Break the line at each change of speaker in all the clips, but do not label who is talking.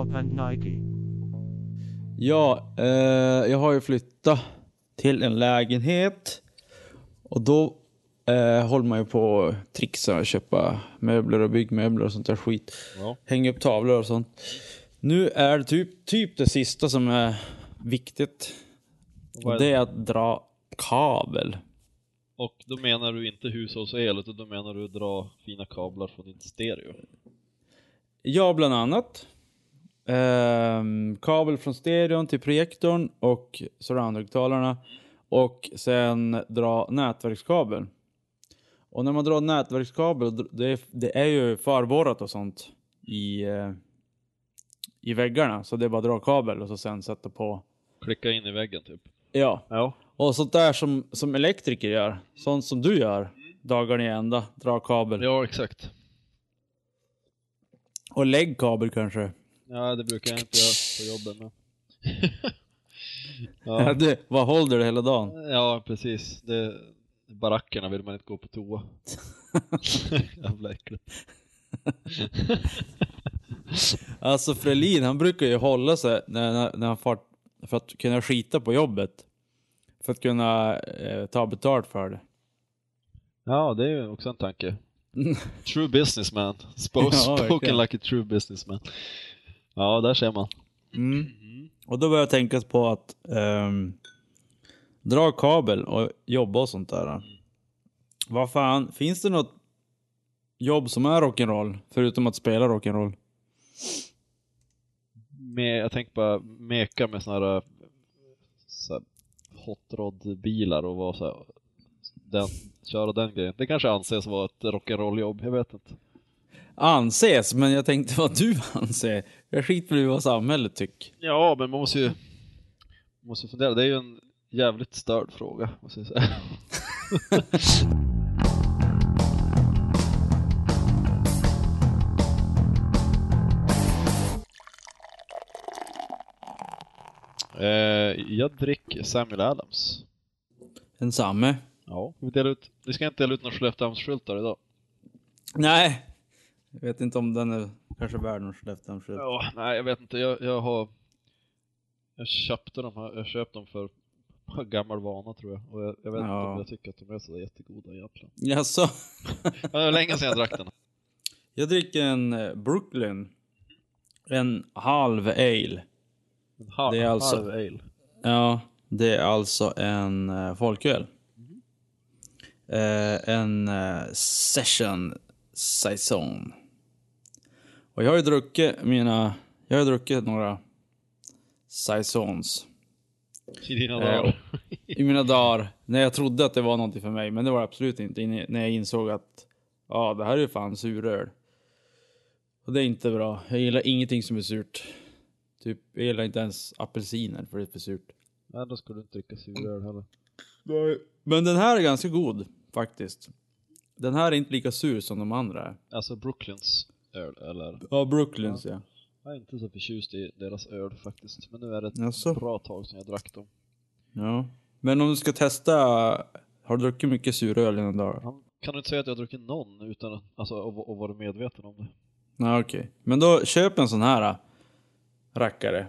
Bob and Nike.
Ja, jag har ju flyttat till en lägenhet. Och då håller man ju på att trixa och köpa möbler och byggmöbler och sånt där skit.
Ja.
Hänga upp tavlor och sånt. Nu är det typ det sista som är viktigt. Och det är att dra kabel.
Och då menar du inte hushållsel, utan då menar du dra fina kablar från din stereo.
Ja, bland annat. Kabel från stereon till projektorn och surround-högtalarna. Och sen dra nätverkskabel. Och när man drar nätverkskabel, det är ju förborrat och sånt i väggarna. Så det är bara att dra kabel och så sen sätta på.
Klicka in i väggen typ.
Ja.
Ja.
Och sånt där som elektriker gör. Sånt som du gör. Dagarna i ända. Dra kabel.
Ja, exakt.
Och lägg kabel kanske.
Ja, det brukar jag inte göra på jobbet med.
Ja. Vad håller det hela dagen?
Ja, precis. Barackerna vill man inte gå på toa. Jävla äckligt.
Alltså Frelin, han brukar ju hålla sig när han far, för att kunna skita på jobbet. För att kunna ta betalt för det.
Ja, det är ju också en tanke. True businessman. Spoken like a true businessman. Ja, där ser man.
Och då börjar jag tänka på att dra kabel och jobba och sånt där. Vad fan, finns det något jobb som är rock'n'roll förutom att spela rock'n'roll?
Jag tänker bara meka med såna här hot rod bilar och vara så här, köra den grejen. Det kanske anses vara ett rock'n'roll jobb, jag vet inte.
Anses, men jag tänkte vad du anser. Jag skiter väl vad samhället tycker.
Ja, men man måste ju fundera. Det är ju en jävligt störd fråga, måste jag säga. Jag dricker Samuel Adams.
En samme?
Ja, vi ska inte dela ut några Skelleftehamnsskyltar idag.
Nej. Jag vet inte om den är kanske värd någon Skelleftehamnsskylt.
Ja, nej, jag vet inte. Jag köpte dem här. Jag köpte dem för gammal vana, tror jag. Och jag vet inte om jag tycker att de är så jättegoda egentligen.
Jaså?
Det var länge sedan jag drack den.
Jag dricker en Brooklyn. En halv ale.
Det är alltså halv ale.
Ja, det är alltså en folköl. En session saison. Och jag har ju druckit några saisons
i dina dagar.
I mina dagar, när jag trodde att det var någonting för mig, men det var absolut inte, när jag insåg att det här är ju fan suröl. Och det är inte bra. Jag gillar ingenting som är surt. Typ, jag gillar inte ens apelsiner för det är för surt.
Nej, då ska du inte dricka suröl heller.
Men den här är ganska god, faktiskt. Den här är inte lika sur som de andra är.
Alltså Brooklyns öl, eller?
Ja, Brooklyns, ja.
Jag är inte så förtjust i deras öl faktiskt. Men nu är det ett bra tag sedan jag drack dem.
Ja. Men om du ska testa, har du druckit mycket suröl i en dag?
Kan du inte säga att jag har druckit någon utan att vara medveten om det?
Nej, okej. Men då köp en sån här rackare.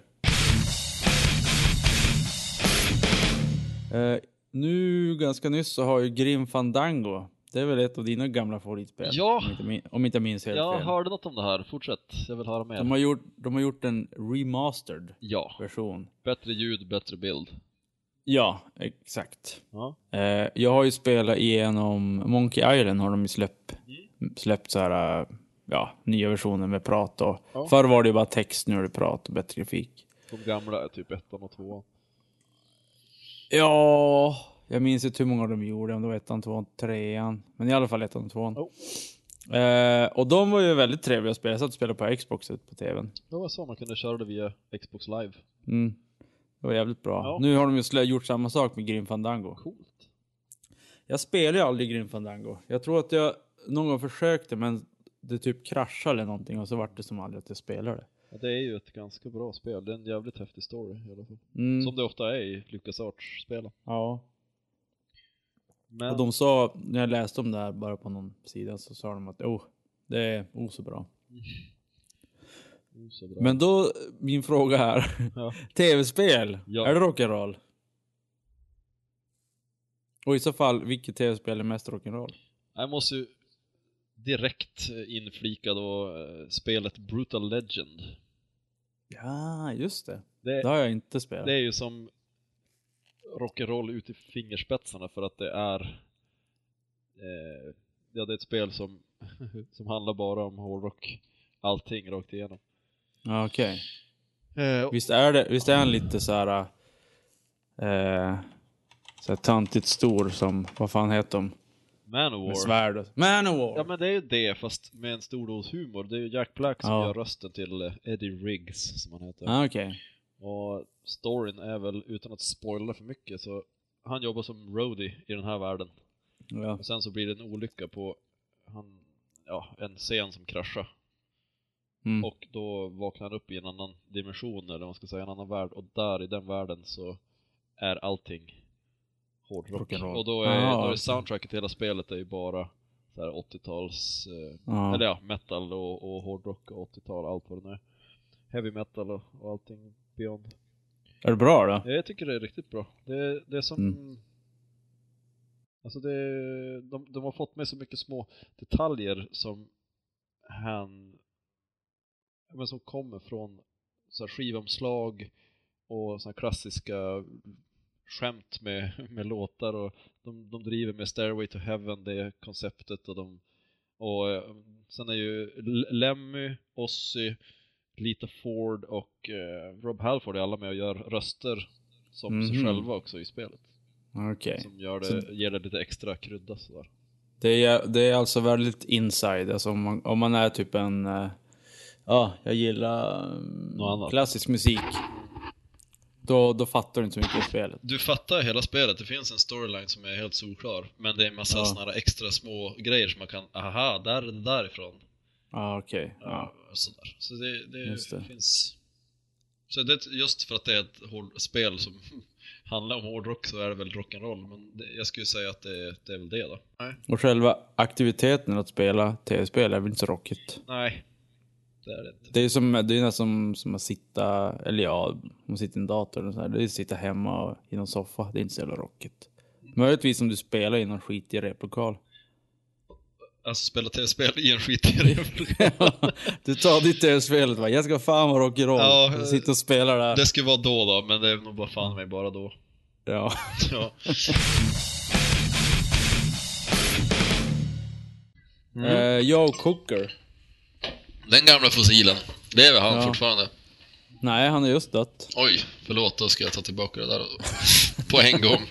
Nu ganska nyss så har ju Grim Fandango. Det är väl ett av dina gamla favoritspel.
Ja.
Om inte jag minns helt fel.
Jag hörde något om det här. Fortsätt. Jag vill höra mer.
De har gjort en remastered version.
Bättre ljud, bättre bild.
Ja, exakt.
Ja.
Jag har ju spelat igenom Monkey Island, har de ju släppt så här nya versioner med prat och förr var det ju bara text, nu är det prat och bättre grafik.
De gamla är typ 1 och 2.
Ja, jag minns inte hur många de gjorde, om det var 1, 2, 3. Men i alla fall 1 och 2. Och de var ju väldigt trevliga att spela. Jag satt och spelade på Xboxet på tvn.
Det var så man kunde köra det via Xbox Live.
Det var jävligt bra. Ja. Nu har de ju gjort samma sak med Grim Fandango.
Coolt.
Jag spelar ju aldrig Grim Fandango. Jag tror att jag någon gång försökte, men det typ kraschade eller någonting. Och så var det som aldrig att jag spelade.
Ja, det är ju ett ganska bra spel. Det är en jävligt häftig story i alla fall. Som det ofta är i LucasArts-spelen.
Ja. Men... Och de sa, när jag läste om det här bara på någon sida, så sa de att det är så bra.
Så bra.
Men då, min fråga här.
Ja.
Tv-spel,
Ja.
är det rock'n'roll? Och i så fall, vilket tv-spel är mest rock'n'roll?
Jag måste ju direkt inflika då spelet Brutal Legend.
Ja, just det.
Det
Det har jag inte spelat.
är ju som rock'n'roll ut i fingerspetsarna för att det är det är ett spel som som handlar bara om hårdrock, allting rakt igenom.
Ja, okej. Visst är han lite så här töntigt stor som, vad fan heter de?
Manowar.
Med svärd. Manowar!
Ja, men det är ju det, fast med en stor dos humor. Det är ju Jack Black som gör rösten till Eddie Riggs, som han heter.
Ja, okej.
Och storyn är väl, utan att spoila för mycket, så han jobbar som roadie i den här världen.
Ja.
Och sen så blir det en olycka på en scen som kraschar.
Mm.
Och då vaknar han upp i en annan dimension, eller man ska säga en annan värld. Och där i den världen så är allting hårdrock. Och då är soundtracket till hela spelet är ju bara så här 80-tals eller ja, metal och hårdrock och 80-tal, allt vad det nu är. Heavy metal och allting beyond.
Är det bra då?
Jag tycker det är riktigt bra. Det är som alltså de har fått med så mycket små detaljer som som kommer från så här skivomslag och så här klassiska skämt med låtar, och de driver med Stairway to Heaven, det konceptet, och sen är ju Lemmy, Ozzy, Lita Ford och Rob Halford är alla med och gör röster som sig själva också i spelet.
Okej.
Som ger det lite extra krydda sådär.
Det är alltså väldigt inside, alltså om man är typ en jag gillar klassisk musik. Då fattar du inte så mycket i spelet.
Du fattar hela spelet. Det finns en storyline som är helt solklar, men det är en massa såna här extra små grejer som man kan, där är det därifrån.
Okej.
Sådär. Så det finns. Så det, just för att det är ett spel som handlar om hårdrock, så är det väl rock'n'roll, men jag skulle säga att det är väl det då. Nej.
Och själva aktiviteten att spela tv-spel är väl inte så rockigt?
Nej. Det är det inte.
Det är nästan som att sitta, eller man sitter i en dator och så här. Det är att sitta hemma i någon soffa. Det är inte så jävla rockigt. Möjligtvis om du spelar i någon skitig replokal.
Alltså spela tv-spel i en skitig replokal.
Du tar ditt tv-spel och bara, jag ska fan vara rock'n'roll. Ja, sitta och spela där.
Det skulle vara då, men det är nog bara fan mig bara då.
Ja. Joe Cocker.
Den gamla fossilen. Det är väl han fortfarande?
Nej, han är just dött.
Oj, förlåt, då ska jag ta tillbaka det där på en gång.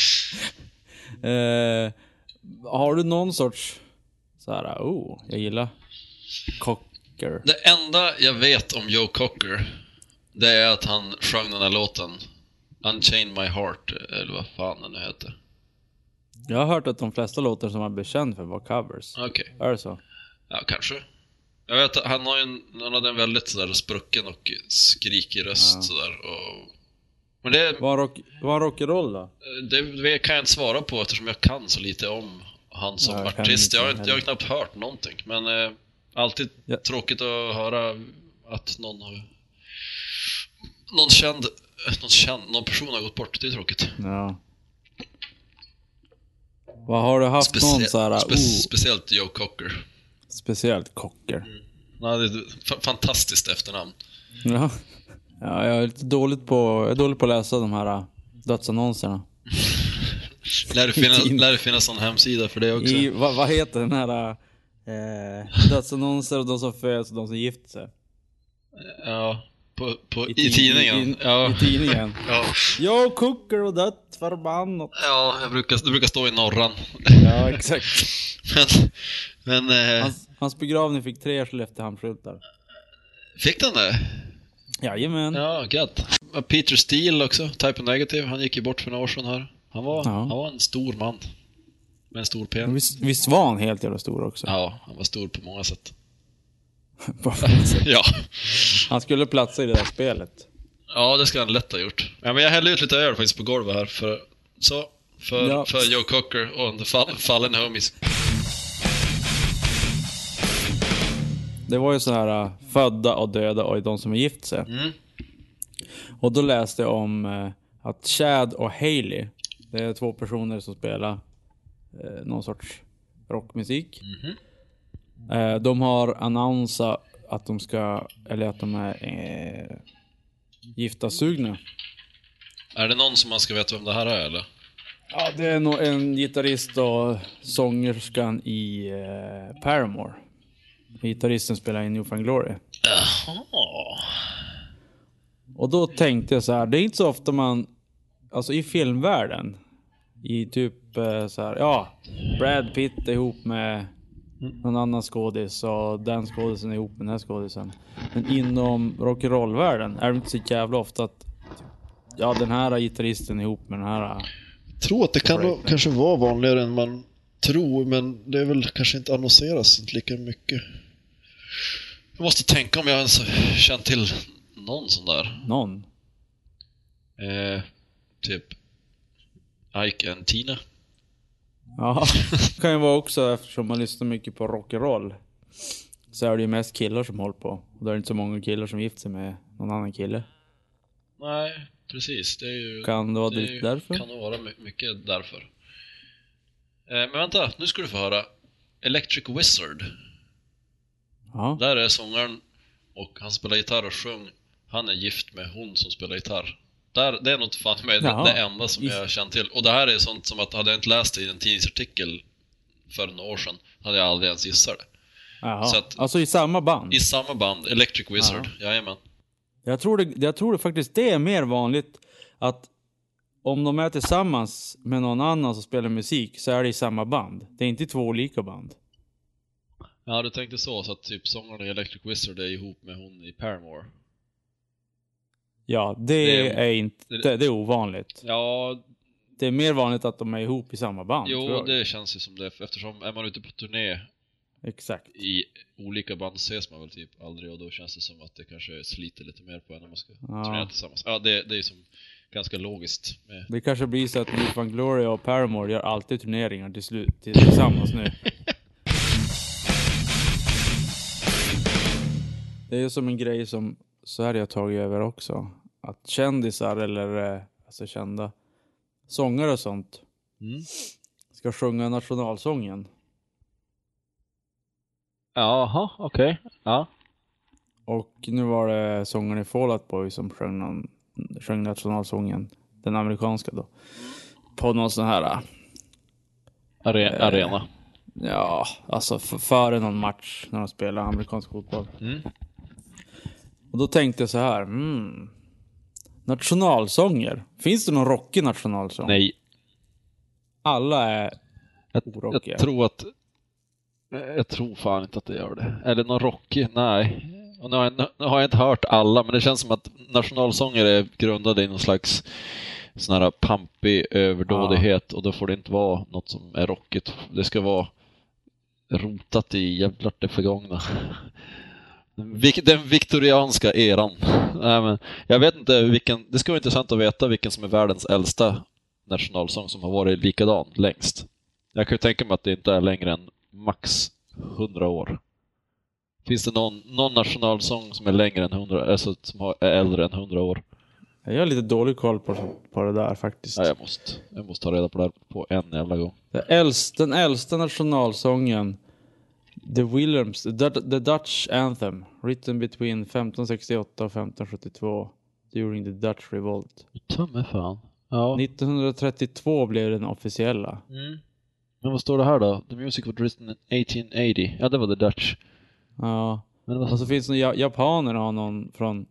Har du någon sorts så här, jag gillar Cocker.
Det enda jag vet om Joe Cocker, det är att han sjöng den här låten Unchain My Heart, eller vad fan den nu heter.
Jag har hört att de flesta låtar som han blir känd för var covers.
Okej.
Är det så?
Ja, kanske. Jag vet att han hade en väldigt sådär sprucken och skrikig röst sådär, och men det
var rock'n'roll då?
Det kan jag inte svara på eftersom jag kan så lite om han som artist. Jag har knappt hört någonting, men alltid tråkigt att höra att någon person har gått bort. Det är tråkigt.
Ja. Vad har du haft någon så här
speciellt Joe Cocker.
Speciellt Cocker.
Nej, det är fantastiskt efternamn.
Ja. Ja, jag är dålig på att läsa de här dödsannonserna.
Lär det finnas en hemsida för det också.
Vad heter den här dödsannonser och de som föds och de som gifter sig?
Ja, i tidningen.
I tidningen.
Ja.
Joe Cocker och dött förbannat.
Ja, det brukar stå i Norran.
Ja, exakt.
men
hans begravning fick 3 Skelleftehamnsskyltar.
Fick den det?
Jajamän.
Ja, gött. Peter Steele också, Type of Negative. Han gick ju bort för några år sedan här. Han var en stor man. Med en stor penis.
Visst var han helt jävla stor också?
Ja, han var stor på många sätt.
På många sätt?
Ja.
Han skulle platsa i det där spelet.
Ja, det ska han lätt ha gjort. Ja, men jag hällde ut lite öl faktiskt på golvet här för Joe Cocker och The Fallen Homies.
det var ju så här födda och döda och de som är gift sig. Och då läste jag om att Chad och Hailey, det är 2 personer som spelar någon sorts rockmusik. De har annonsat att de ska, eller att de är gifta sugna.
Är det någon som man ska veta vem det här är, eller?
Ja, det är nog en gitarrist och sångerskan i Paramore. Gitarristen spelar i New Found Glory.
Jaha.
Och då tänkte jag så här, det är inte så ofta man, alltså i filmvärlden, i typ så här, ja, Brad Pitt är ihop med någon annan skådis och den skådisen är ihop med den här skådisen. Men inom rock'n'roll-världen är det inte så jävla ofta att ja, den här gitarristen är ihop med den här.
Jag tror att det kanske var vanligare än man tror, men det är väl kanske inte annonseras lika mycket. Jag måste tänka om jag ens känt till någon sån där.
Någon?
Typ Ike and Tina.
Ja, det kan ju vara också eftersom man lyssnar mycket på rock'n'roll. Så är det ju mest killar som håller på. Och då är det inte så många killar som gifter sig med någon annan kille.
Nej, precis. Det är ju,
kan det vara det därför?
Kan det vara mycket därför. Men vänta, nu ska du få höra Electric Wizard.
Ja.
Där är sångaren och han spelar gitarr och sjöng. Han är gift med hon som spelar gitarr. Det är något fan med det enda som jag känner till. Och det här är sånt som att hade jag inte läst det i en tidningsartikel för några år sedan hade jag aldrig ens gissat det.
Så att, alltså i samma band?
I samma band, Electric Wizard, jajamän.
Jag tror det faktiskt det är mer vanligt att om de är tillsammans med någon annan som spelar musik så är det i samma band. Det är inte 2 olika band.
Ja, du tänkte så att typ sångaren i Electric Wizard är ihop med hon i Paramore.
Ja, det är ovanligt.
Ja,
det är mer vanligt att de är ihop i samma band.
Jo, det känns ju som det, eftersom är man ute på turné.
Exakt.
I olika band ses man väl typ aldrig, och då känns det som att det kanske sliter lite mer på en när man ska turnera tillsammans. Ja, det är som ganska logiskt med.
Det kanske blir så att New Found Glory och Paramore gör alltid turneringar tillsammans nu. Det är ju som en grej som Sverige har tagit över också. Att kändisar eller alltså kända sångare och sånt ska sjunga nationalsången.
Jaha, okej. Ja.
Och nu var det sångaren i Fall Out Boy som sjöng nationalsången. Den amerikanska då. På någon sån här
arena.
Ja, alltså före någon match när de spelar amerikansk fotboll. Och då tänkte jag så här. Nationalsånger. Finns det någon rockig nationalsång?
Nej.
Alla är orockiga.
Jag tror fan inte att det gör det. Eller någon rockig, nej. Och nu har jag inte hört alla, men det känns som att nationalsånger är grundade i någon slags sån här pampig överdådighet. Och då får det inte vara något som är rockigt. Det ska vara rotat i jävlar det förgångna. Den viktorianska eran. Nej, men jag vet inte vilken. Det skulle vara intressant att veta vilken som är världens äldsta nationalsång som har varit likadan längst. Jag kan ju tänka mig att det inte är längre än max 100 år. Finns det någon nationalsång som är längre än 100, alltså som är äldre än 100 år?
Jag har lite dålig koll på det där faktiskt.
Ja, jag måste ta reda på det på en jävla gång.
Den äldsta nationalsången, The Dutch Anthem, written between 1568 och 1572 during the Dutch Revolt.
Tumme fan. Ja.
1932 blev den officiella.
Men vad står det här då? The music was written in 1880. Ja, det var The Dutch.
Ja. Och så finns det japaner har någon från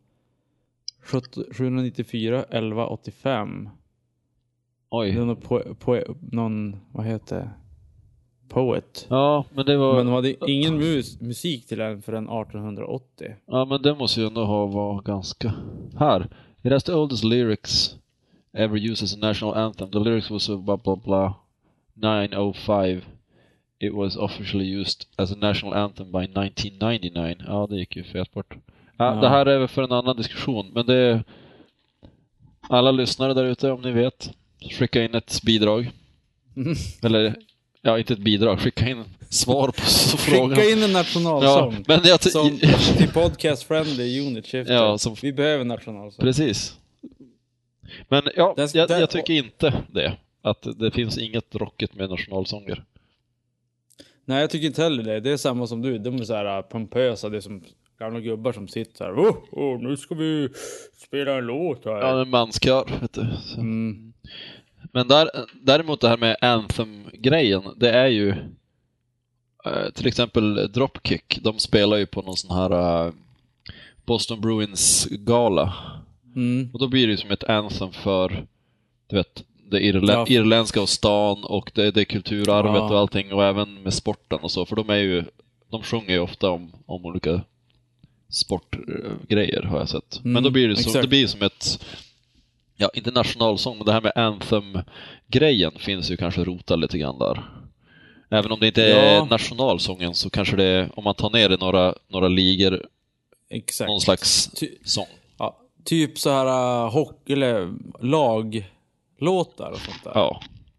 794 1185.
Oj.
Det är någon vad heter det? Poet.
Ja, men det var...
Men de hade ingen musik till den förrän 1880.
Ja, men det måste ju ändå vara ganska... Här. It has the oldest lyrics ever used as a national anthem. The lyrics was blah blah blah 905. It was officially used as a national anthem by 1999. Ja, det gick ju fet bort. Ja. Det här är väl för en annan diskussion, men det är... Alla lyssnare där ute, om ni vet, skicka in ett bidrag. Eller... Ja, inte ett bidrag. Skicka in svar på frågan.
Skicka in en nationalsång.
Ja, men jag
som till podcast friendly unit shifter.
Ja,
vi behöver nationalsång.
Precis. Men ja, jag tycker inte det. Att det finns inget rocket med nationalsånger.
Nej, jag tycker inte heller det. Det är samma som du. De är så här pompösa. Det är som gamla gubbar som sitter så här. Nu ska vi spela en låt här.
Ja, en manskör, vet du. Men däremot det här med Anthem-grejen, det är ju till exempel Dropkick. De spelar ju på någon sån här Boston Bruins gala. Och då blir det ju som ett anthem för, du vet, det irländska och stan och det kulturarvet och allting, och även med sporten och så, för de sjunger ju ofta om olika sportgrejer har jag sett. Men då blir det blir som ett, ja, inte nationalsång, men det här med anthem-grejen finns ju kanske rota lite grann där. Även om det inte är nationalsången, så kanske det, om man tar ner det några ligor, någon slags sång.
Ja, typ så här hockey eller laglåtar och sånt där.
Ja.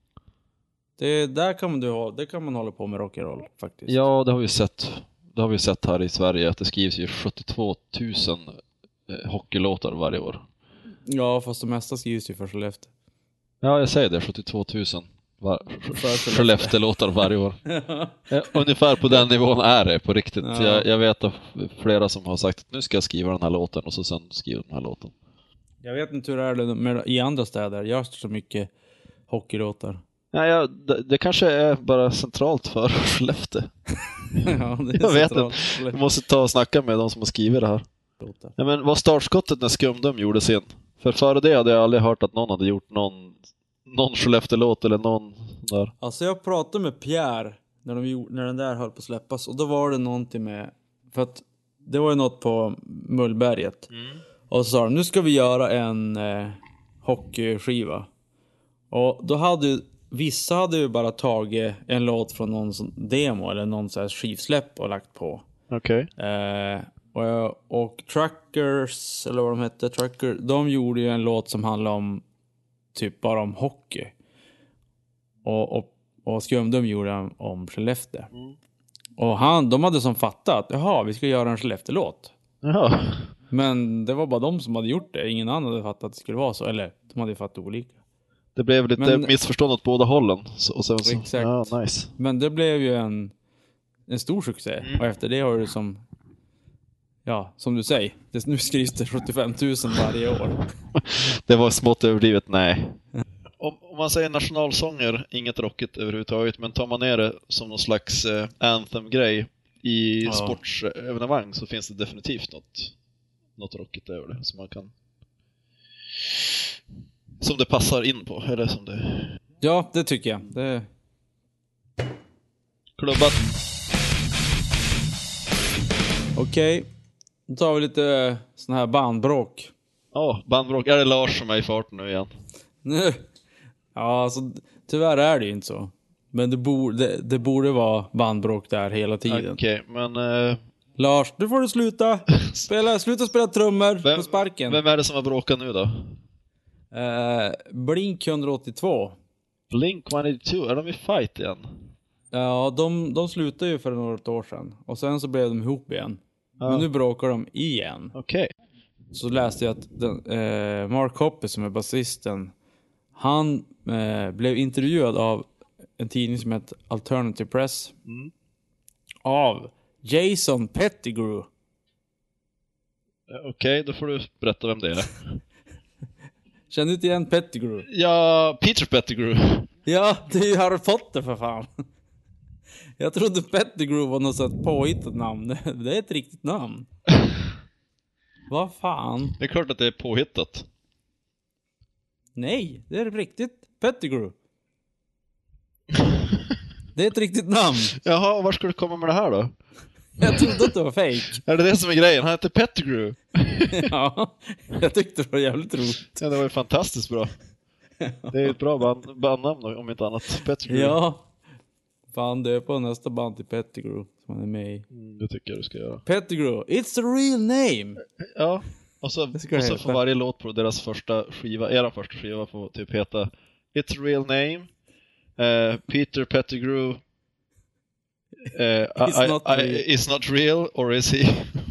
Det kan man hålla på med rock'n'roll faktiskt.
Ja, det har vi sett här i Sverige, att det skrivs ju 72 000 hockeylåtar varje år.
Ja, fast det mesta skrivs ju för Skellefteå.
Ja, jag säger det, 72 000 Skellefteå-låtar varje år. Ungefär på den nivån är det på riktigt. Ja. Jag vet av flera som har sagt att nu ska jag skriva den här låten, och så sen skriver den här låten.
Jag vet inte hur det är i andra städer. Jag har så mycket hockeylåtar.
Ja, det kanske är bara centralt för Skellefteå.
Ja, det är
jag vet inte. Vi måste ta och snacka med de som har skrivit det här. Ja, men vad startskottet när Skumdum gjorde sin? För före det hade jag aldrig hört att någon hade gjort någon Skellefteå-låt eller någon där.
Alltså jag pratade med Pierre när den där höll på att släppas, och då var det någonting med, för att det var ju något på Mullberget. Och så sa de, nu ska vi göra en hockeyskiva. Och då hade vissa hade ju bara tagit en låt från någon demo eller någon så här skivsläpp och lagt på.
Okej.
Och Truckers, eller vad de hette, de gjorde ju en låt som handlade om typ bara om hockey. Och Skumdum gjorde om Skellefteå. Och de hade som fattat, jaha, vi ska göra en Skellefteå-låt.
Jaha.
Men det var bara de som hade gjort det. Ingen annan hade fattat att det skulle vara så. Eller, de hade fattat olika.
Det blev lite missförstånd åt båda hållen.
Exakt.
Ja, nice.
Men det blev ju en stor succé. Och efter det har det som du säger, nu skrivs det 75 000 varje år.
Det var smått överdrivet, nej. Om man säger nationalsånger, inget rockigt överhuvudtaget, men tar man ner det som någon slags anthem-grej i sportsevenemang, så finns det definitivt något rockigt över det som man kan, som det passar in på, eller som det...
Ja, det tycker jag.
Klubbat.
Okej. Då tar vi lite sån här bandbråk.
Ja, bandbråk. Är det Lars som är i farten nu igen?
Nu. Ja, alltså tyvärr är det ju inte så. Men det borde vara bandbråk där hela tiden.
Okej, men...
Lars, nu får du sluta spela trummor på sparken.
Vem är det som har bråkat nu då?
Blink 182.
Blink 182, är de i fight igen?
Ja, de slutade ju för några år sedan. Och sen så blev de ihop igen. Men nu bråkar de igen.
Okej.
Så läste jag att Mark Hoppus, som är basisten, han blev intervjuad av en tidning som heter Alternative Press av Jason Pettigrew.
Okej, då får du berätta vem det är.
Känner du inte igen Pettigrew?
Ja, Peter Pettigrew.
Ja, det är ju Harry Potter för fan. Jag trodde Pettigrew var något sånt påhittat namn. Det är ett riktigt namn. Vad fan?
Det är klart att det är påhittat.
Nej, det är riktigt Pettigrew. Det är ett riktigt namn.
Jaha, var ska du komma med det här då?
Jag trodde att det var fake.
Är det som är grejen? Han heter Pettigrew.
Ja, jag tyckte det var jävligt roligt.
Ja, det var ju fantastiskt bra. Det är ett bra bandnamn om inte annat. Pettigrew.
Ja. Fan, det är på nästa band till Pettigrew som han är med i.
Det tycker jag du ska göra.
Pettigrew, it's the real name.
Ja, och så får varje låt på deras första skiva, era första skiva, får typ heta It's a real name, Peter Pettigrew Is not real or is he?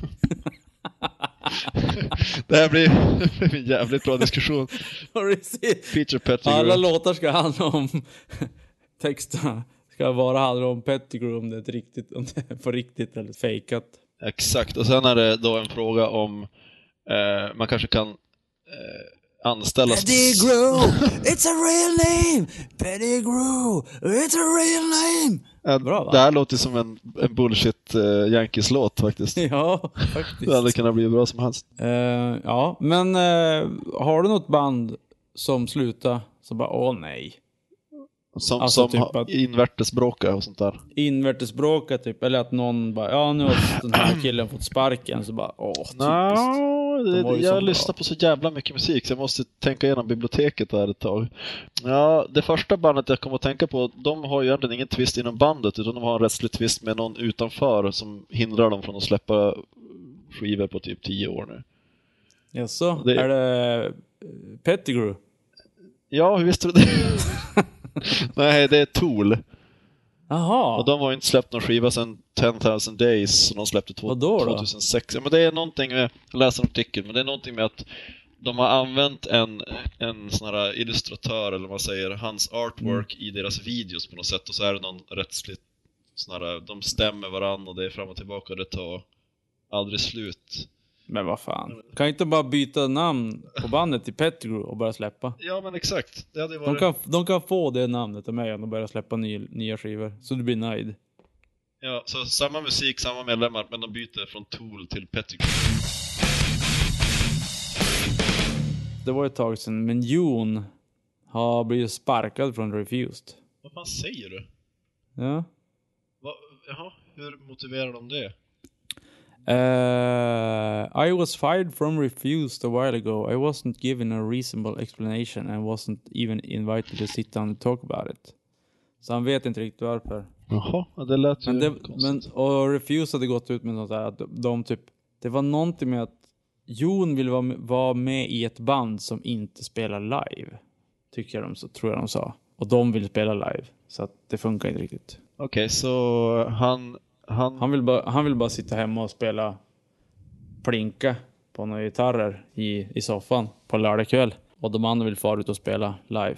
Det här blir en jävligt bra diskussion. Peter Pettigrew.
Alla låtar ska handla om texterna. Ska bara handla om Pettigrew, om det är riktigt, om det är på riktigt eller fejkat.
Exakt, och sen är det då en fråga om man kanske kan anställa
Pettigrew, it's a real name. Pettigrew, it's a real name. Bra, va?
Det här låter som en bullshit Yankees-låt faktiskt.
Ja, faktiskt.
Det hade kunnat bli bra som helst.
Ja, men har du något band som slutar så bara, nej.
Som,
alltså,
som
typ att
invertesbråka och sånt där.
Invertesbråka typ, eller att någon bara, nu har den här killen fått sparken, så bara, typiskt.
Jag lyssnar på så jävla mycket musik så jag måste tänka igenom biblioteket där ett tag. Ja, det första bandet jag kommer att tänka på, de har ju egentligen ingen twist inom bandet, utan de har en rättslig twist med någon utanför som hindrar dem från att släppa skivor på typ 10 år nu.
Jaså, är det Pettigrew?
Ja, hur visste du det? Nej, det är Tool.
Jaha.
Och de har ju inte släppt någon skiva sedan 10,000 Days som de släppte 2006. Ja, men det är någonting med, jag läser en artikel, men det är någonting med att de har använt en sån här illustratör, eller vad man säger, hans artwork i deras videos på något sätt, och så är det någon rättsligt sån här, de stämmer varandra och det är fram och tillbaka och det tar aldrig slut.
Men vad fan, kan inte bara byta namn på bandet till Pettigrew och bara släppa?
Ja, men exakt. Det hade varit...
de kan få det namnet av mig om de börjar släppa nya skivor, så du blir nöjd.
Ja, så samma musik, samma medlemmar, men de byter från Tool till Pettigrew.
Det var ett tag sedan, men Jon har blivit sparkad från Refused.
Vad fan säger du?
Ja.
Jaha, hur motiverar de det?
I was fired from Refused a while ago. I wasn't given a reasonable explanation and wasn't even invited to sit down and talk about it. Så han vet inte riktigt varför.
Jaha, det lät ju
och Refused hade gått ut med något där att de typ, det var någonting med att Jon vill vara med i ett band som inte spelar live. Tror jag de sa. Och de vill spela live, så att det funkar inte riktigt.
Okej, så han
vill bara sitta hemma och spela plinka på några gitarrer i soffan på lördag kväll. Och de andra vill fara ut och spela live.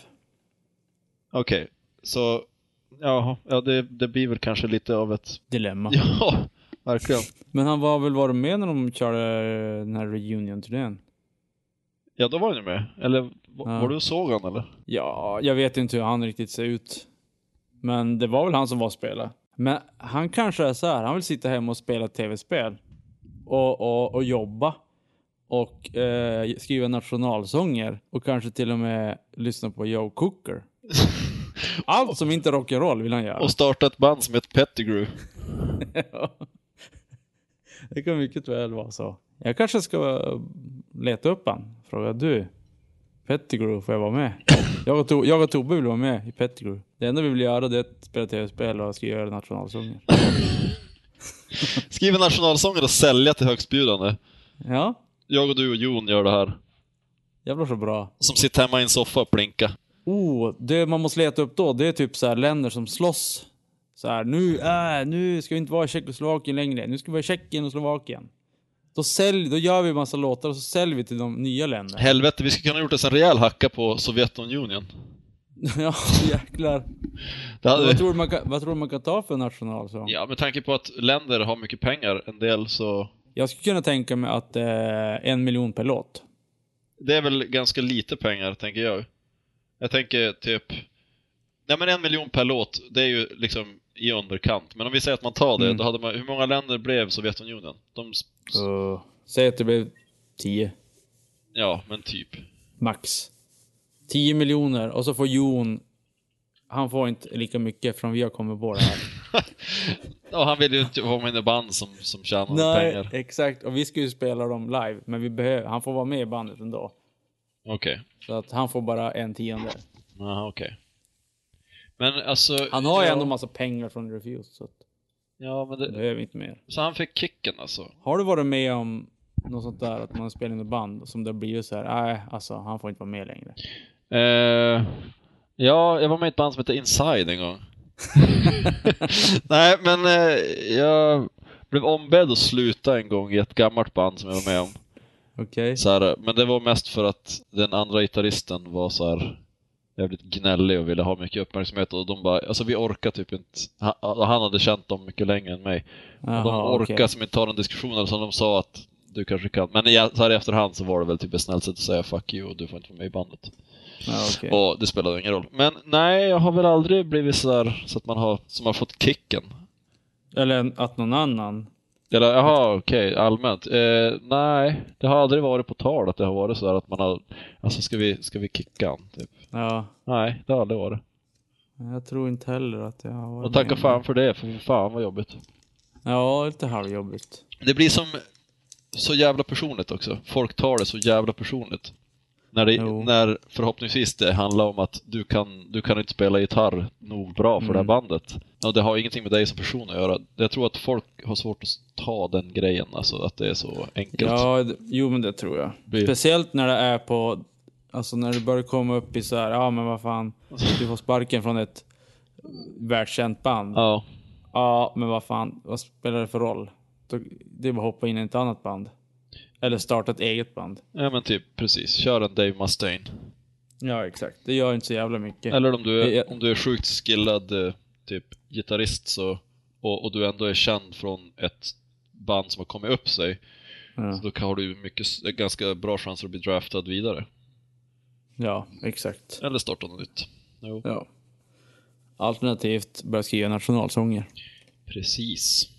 Okej, så ja, det blir väl kanske lite av ett
dilemma.
Ja, verkligen.
Men han var väl med när de körde den här reunion-turnén?
Ja, då var han ju med. Eller var du och såg han, eller? Ja,
jag vet inte hur han riktigt ser ut. Men det var väl han som var spelare. Men han kanske är så här, han vill sitta hemma och spela tv-spel och jobba och skriva nationalsånger och kanske till och med lyssna på Joe Cooker. Allt som inte rock'n'roll vill han göra.
Och starta ett band som heter Pettigrew.
Ja. Det kan mycket väl vara så. Jag kanske ska leta upp han. Fråga, du, Pettigrew, får jag vara med? Jag och Tobbe vill vara med i Pettigrew. Det enda vi vill göra det är att spela tv-spel och skriva nationalsånger.
Skriva nationalsånger och sälja till högstbjudande.
Ja.
Jag och du och Jon gör det här.
Jävlar så bra.
Som sitter hemma i en soffa och plinka.
Det man måste leta upp då, det är typ så här länder som slåss. Så här, nu ska vi inte vara i Tjeckoslovakien längre. Nu ska vi vara i Tjeckien och Slovakien. Då gör vi en massa låtar och så säljer vi till de nya länderna.
Helvete, vi skulle kunna ha gjort en rejäl hacka på Sovjetunionen.
Ja, jäklar. Vad tror du man kan ta för nationalsång?
Ja, med tanke på att länder har mycket pengar, en del så...
Jag skulle kunna tänka mig att 1 miljon per låt.
Det är väl ganska lite pengar, tänker jag. Jag tänker typ... Nej, men 1 miljon per låt, det är ju liksom i underkant. Men om vi säger att man tar det, då hade man... Hur många länder blev Sovjetunionen?
Säg att det blev 10.
Ja, men typ.
Max. 10 miljoner. Och så får Jon... Han får inte lika mycket från vi har kommit på det här.
Ja, han vill ju inte vara med i band som tjänar pengar.
Nej, exakt. Och vi ska ju spela dem live. Men han får vara med i bandet ändå.
Okej.
Så att han får bara 1/10.
Jaha, okej. Men alltså...
Han har ju ändå massa pengar från Refused, så att...
Ja, men det
behöver inte mer.
Så han fick kicken alltså.
Har du varit med om något sånt där, att man spelar in ett band som det blir så här, nej, alltså han får inte vara med längre?
Ja, jag var med i ett band som heter Inside en gång. Nej, men jag blev ombedd att sluta en gång i ett gammalt band som jag var med om.
Okej.
Så här, men det var mest för att den andra gitarristen var så här jävligt gnällig och ville ha mycket uppmärksamhet, och de bara, alltså vi orkar typ inte, han hade känt dem mycket längre än mig.
Jaha,
och de orkar
okej.
som inte ta den diskussionen, som de sa att du kanske kan, men så här i efterhand så var det väl typ ett snällt sätt att säga fuck you och du får inte vara med i bandet.
Ja, okej.
Och det spelade ingen roll. Men nej, jag har väl aldrig blivit så där så att man har fått kicken.
Eller att någon annan.
Eller, jaha, okej, allmänt. Nej, det har aldrig varit på tal att det har varit så där att man har, alltså ska vi kicka han, typ.
Ja.
Nej, det har aldrig varit.
Jag tror inte heller att jag har varit
Och tacka
med.
fan för det, för fan vad jobbigt.
Ja, lite halvjobbigt.
Det blir som så jävla personligt också. Folk tar det så jävla personligt. När förhoppningsvis det handlar om att du kan inte spela gitarr nog bra för det här bandet. Och det har ingenting med dig som person att göra. Jag tror att folk har svårt att ta den grejen, alltså att det är så enkelt.
Ja, jo men det tror jag. Speciellt när det är på, alltså när det börjar komma upp i så här, ja men vad fan, du får sparken från ett världskänt band.
Ja.
Ja, men vad fan, vad spelar det för roll? Det är bara att hoppa in i ett annat band. Eller starta ett eget band.
Ja men typ, precis. Kör en Dave Mustaine.
Ja, exakt. Det gör inte så jävla mycket.
Eller om du är sjukt skillad typ gitarrist så, och du ändå är känd från ett band som har kommit upp sig. Så då har du ganska bra chanser att bli draftad vidare.
Ja, exakt.
Eller starta något nytt. Jo.
Ja. Alternativt börja skriva nationalsånger.
Precis.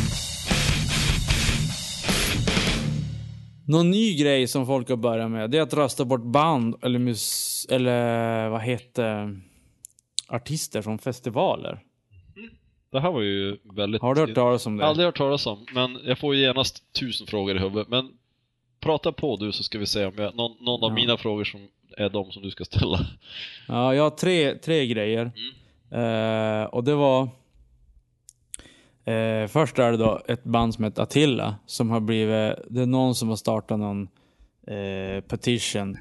Någon ny grej som folk har börjat med, det är att rösta bort band eller vad heter artister från festivaler.
Det här var ju väldigt...
Har du hört talas om det?
Aldrig hört talas om, men jag får ju genast 1000 frågor i huvudet. Men prata på du, så ska vi se om någon av mina frågor som är de som du ska ställa.
Ja, jag har tre grejer. Och det var... först är det då ett band som heter Attila som har blivit, det är någon som har startat någon petition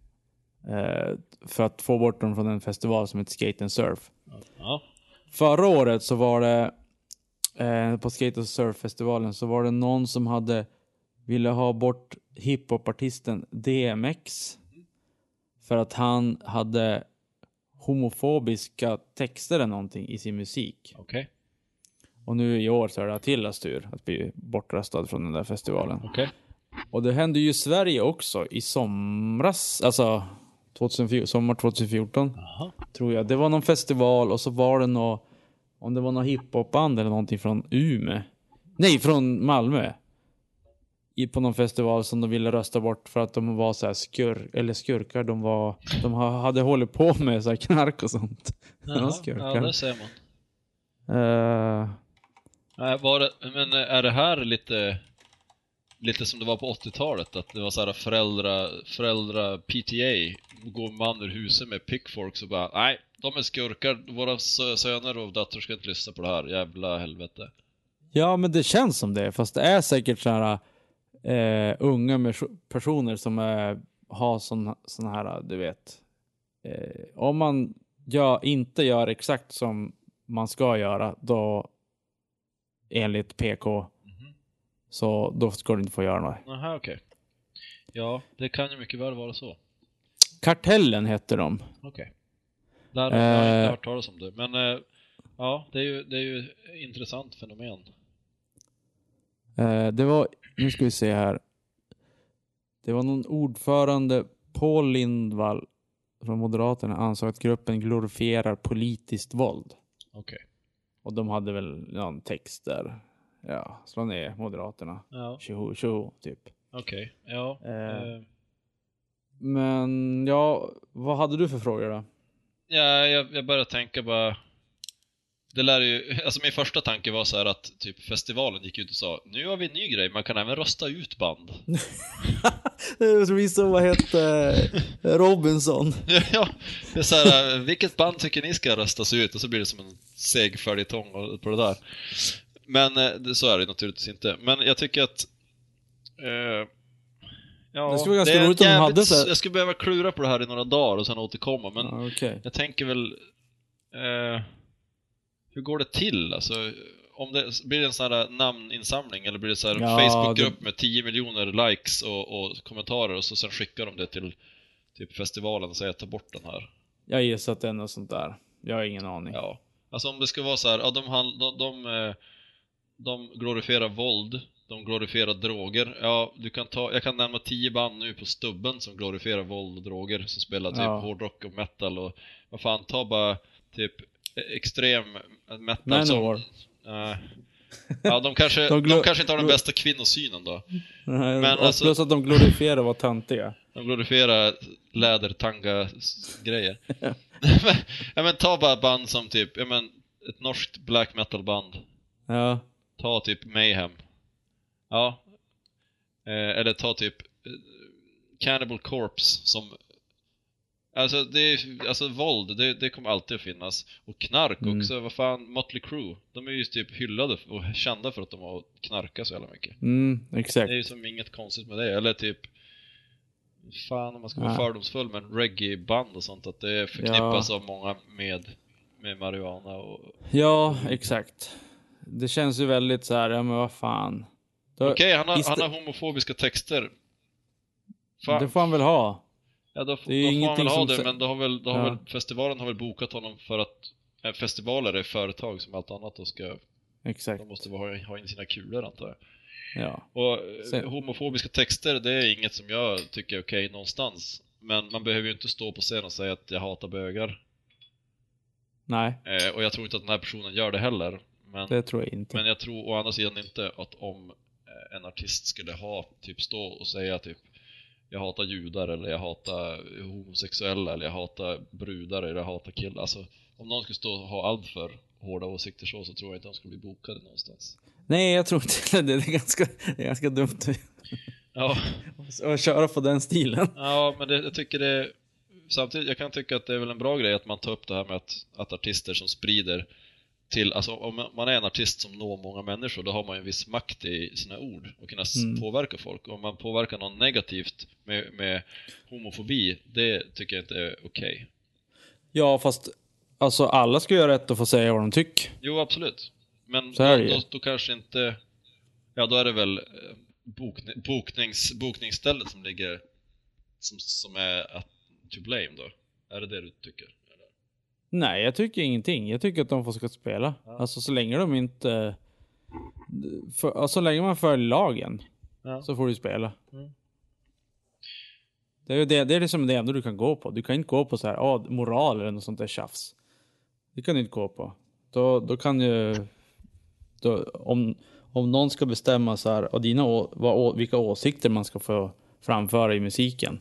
för att få bort dem från en festival som heter Skate and Surf.
Ja.
Förra året så var det på Skate and Surf festivalen så var det någon som ville ha bort hiphopartisten DMX för att han hade homofobiska texter eller någonting i sin musik.
Okej.
Och nu i år så är det Attilas tur att bli bortröstad från den där festivalen.
Okej.
Och det hände ju i Sverige också i somras, alltså sommar 2014.
Aha.
Tror jag. Det var någon festival och så var det om det var någon hiphopband eller någonting från Umeå. Nej, från Malmö. På någon festival som de ville rösta bort för att de var så här skurkar. De hade hållit på med så här knark och sånt.
Jaha,
Skurkar.
ja, det ser man. Men är det här lite som det var på 80-talet, att det var så här föräldrar PTA går man ur huset med pickforks och bara, nej, de är skurkar, våra söner och döttrar ska inte lyssna på det här, jävla helvete.
Ja, men det känns som det, fast det är säkert så här unga personer som har sån här, du vet, om man inte gör exakt som man ska göra, då enligt PK så då ska du inte få göra något.
Aha, okej. Ja, det kan ju mycket väl vara så.
Kartellen heter de.
Okej. Där har jag inte hört talas om det. Men ja, det är ju intressant fenomen.
Det var, nu ska vi se här. Det var någon ordförande, Paul Lindvall från Moderaterna, ansåg att gruppen glorifierar politiskt våld.
Okej.
Och de hade väl någon text där. Ja, slå ner Moderaterna.
Ja.
Tjoho, typ.
Okej, ja.
Men ja, vad hade du för frågor då?
Ja, jag började tänka bara... Det lär ju... Alltså min första tanke var så här att typ festivalen gick ut och sa, nu har vi en ny grej, man kan även rösta ut band.
Vi så vad heter Robinson.
Ja, det är så här, vilket band tycker ni ska röstas ut? Och så blir det som en seg följetong på det där. Men så är det naturligtvis inte. Men jag tycker att ja,
det skulle vara ganska roligt om de hade så här...
Jag skulle behöva klura på det här i några dagar och sen återkomma. Men
okay.
jag tänker väl hur går det till? Alltså, om det blir det en sån här namninsamling eller blir det så här en
Ja,
Facebookgrupp med 10 miljoner likes och kommentarer och så sen skickar de det till typ festivalen och säger ta bort den här.
Jag gissar att det är något sånt där. Jag har ingen aning.
Ja. Alltså om det ska vara så här, ja, de glorifierar våld, de glorifierar droger. Ja, jag kan nämna 10 band nu på stubben som glorifierar våld och droger, som spelar typ hårdrock och metal och vad fan, ta bara typ extrem metal
Manowar.
Ja, de kanske inte har den bästa kvinnosynen då.
Men alltså, plus att de glorifierar att vara tantiga.
De glorifierar lädertanga-grejer. men ta bara band som typ, ett norskt black metal band.
Ja.
Ta typ Mayhem. Ja. Eller ta typ Cannibal Corpse som... Alltså våld, det kommer alltid att finnas. Och knark också, vad fan, Motley Crue. De är ju typ hyllade och kända för att de har knarkat så jävla mycket.
Exakt.
Det är ju som inget konstigt med det. Eller typ, fan om man ska vara fördomsfull, men reggae-band och sånt, att det förknippas av många med marijuana och... Ja,
exakt. Det känns ju väldigt så här, ja men vad fan.
Okej, han har homofobiska texter.
Fan. Det får han väl ha.
Ja, då får han väl ha det, men då har väl festivalen har väl bokat honom för att festivaler är företag som allt annat och ska...
Exakt.
De måste ha in sina kulor, antar jag.
Ja.
Och homofobiska texter, det är inget som jag tycker är okej någonstans. Men man behöver ju inte stå på scen och säga att jag hatar bögar.
Nej.
Och jag tror inte att den här personen gör det heller. Men,
det tror jag inte.
Men jag tror å andra sidan inte att om en artist skulle typ stå och säga typ jag hatar judar, eller jag hatar homosexuella, eller jag hatar brudar, eller jag hatar killar. Alltså, om någon skulle stå och ha allt för hårda åsikter så tror jag inte att de skulle bli bokade någonstans.
Nej, jag tror inte det. Det är ganska dumt.
Ja.
Och köra på den stilen.
Ja, men jag tycker det... Samtidigt, jag kan tycka att det är väl en bra grej att man tar upp det här med att artister som sprider till... Alltså om man är en artist som når många människor, då har man ju en viss makt i sina ord och kunna påverka folk. Om man påverkar någon negativt med homofobi, det tycker jag inte är okej.
Ja, fast alltså alla ska ju ha rätt att få säga vad de tycker.
Jo, absolut. Men då kanske inte... Ja, då är det väl bokningsstället som ligger som är att to blame då. Är det du tycker? Eller?
Nej, jag tycker ingenting. Jag tycker att de ska spela. Ja. Alltså så länge de inte... så länge man följer lagen så får du spela. Det är liksom det enda du kan gå på. Du kan inte gå på så här moral eller något sånt där tjafs. Det kan du inte gå på. Då kan ju... Om någon ska bestämma så här vilka åsikter man ska få framföra i musiken.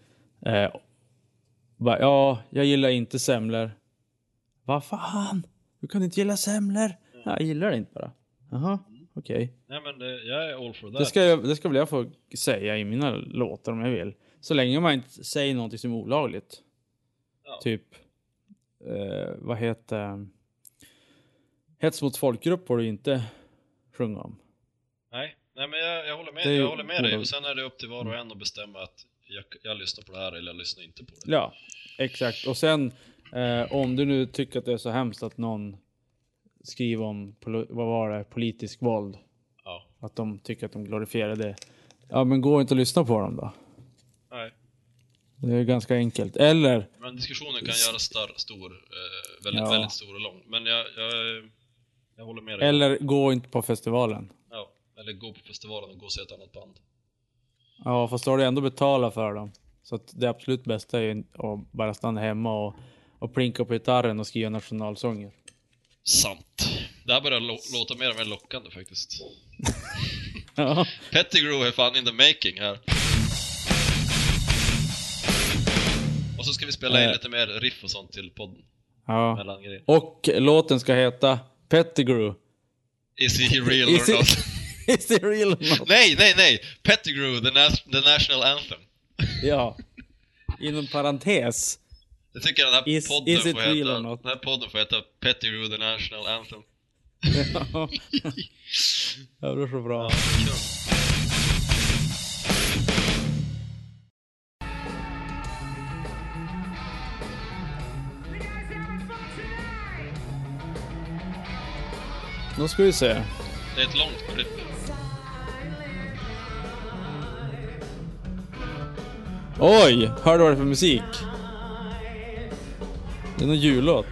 Jag gillar inte semlor. Vad fan? Du kan inte gilla semlor. Jag gillar det inte bara. Jaha, okej.
Nej, men jag är all for that.
Det ska väl jag få säga i mina låtar om jag vill. Så länge man inte säger något som är olagligt. Ja. Typ vad heter hets mot folkgrupp får du inte sjunga om.
Nej, men jag håller med. Jag håller med dig. Och sen är det upp till var och en att bestämma att jag lyssnar på det här eller jag lyssnar inte på det.
Ja, exakt. Och sen om du nu tycker att det är så hemskt att någon skriver om politisk våld.
Ja.
Att de tycker att de glorifierar det. Ja, men gå inte och lyssna på dem då.
Nej.
Det är ganska enkelt. Eller...
Men diskussionen kan göras väldigt stor och lång. Men jag håller med dig.
Eller gå inte på festivalen.
Ja, eller gå på festivalen och gå och se ett annat band.
Ja, fast då har du ändå betala för dem. Så att det absolut bästa är att bara stanna hemma och plinka på gitarren och skriva nationalsånger.
Sant. Det här börjar låta mer och mer lockande faktiskt.
Ja.
Pettigrew är fan in the making här. Och så ska vi spela in lite mer riff och sånt till podden.
Ja. Och låten ska heta Pettigrew.
Is he real or not?
Is he real or not?
Nej. Pettigrew, the national anthem.
Ja. Inom parentes.
Jag tycker den här podden får heta Pettigrew, the national anthem.
Ja. Det är så bra.
Ja, kul.
Då ska vi se.
Det är ett långt klipp.
Oj, hör du vad det är för musik? Det är någon jullåt.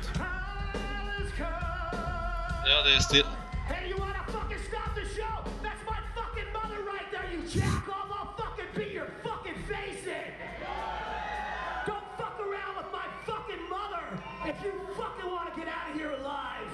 Ja, det är still.
Hey, you wanna fucking stop the show? That's my fucking mother right there, you jack off! I'll fucking beat your fucking face in! Don't fuck around with my fucking mother if you fucking wanna get out of here alive!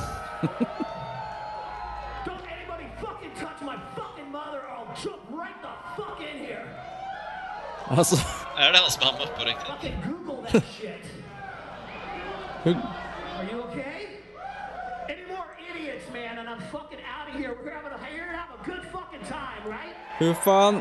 Don't anybody fucking touch my fucking mother or I'll jump right the fuck in here!
Alltså,
Är det hans mamma på riktigt?
Fucking Google that shit!
hur,
Are you okay? Any more idiots, man, and I'm fucking out of here. We're gonna have a good fucking time, right?
hur fan,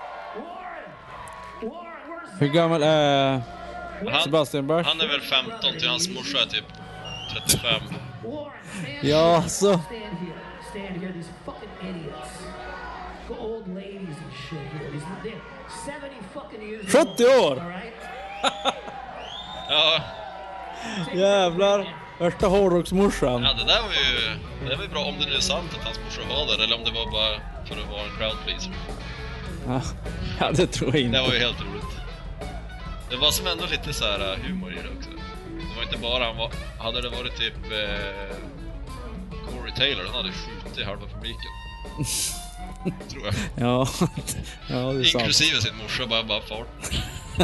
Warren, where's
hur gammal är
Han,
Sebastian Bach?
han är väl 15 till hans morsa är typ 35.
Warren? Stand
Ja,
here.
så.
Stand here. These fucking idiots. The old ladies and shit here. They're 70 fucking years
70
old.
år!
All right?
Ja,
Jävlar, värsta hårdrocksmorsan.
ja, det var ju bra om det nu är sant att hans morsa var där eller om det var bara för att vara en crowd pleaser.
Ja, det tror jag
Det
inte.
var ju helt roligt. Det var som ändå lite så här humor i det också. Det var inte bara hade det varit typ Corey Taylor, han hade skjutit halva publiken. Tror jag.
Ja, ja, det är sant.
Inklusive sin morsa, bara fart.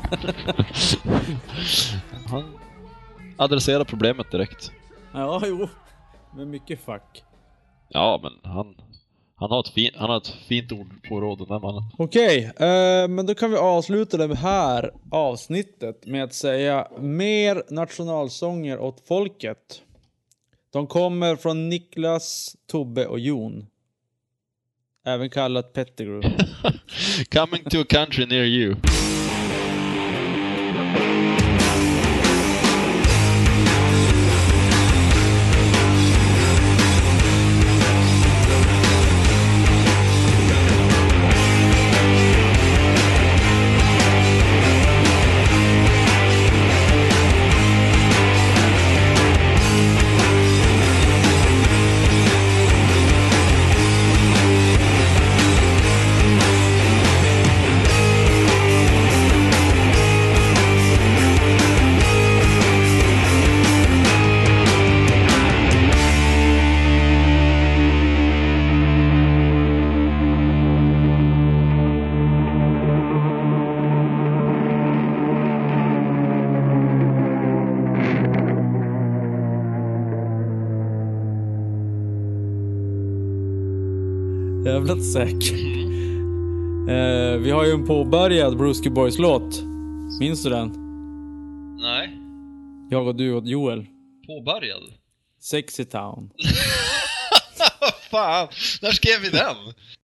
Han adresserar problemet direkt.
Ja, jo. Men mycket fuck.
Ja, men han har ett fint ord på råd, den där mannen.
Okej, men då kan vi avsluta det här avsnittet med att säga mer nationalsånger åt folket. De kommer från Niklas, Tobbe och Jon. Även kallat Pettigrew.
Coming to a country near you.
Jävligt säker. Vi har ju en påbörjad Brewski Boys-låt. Minns du den?
Nej,
Jag och du och Joel.
påbörjad.
Sexy Town.
Fan, när skrev vi den?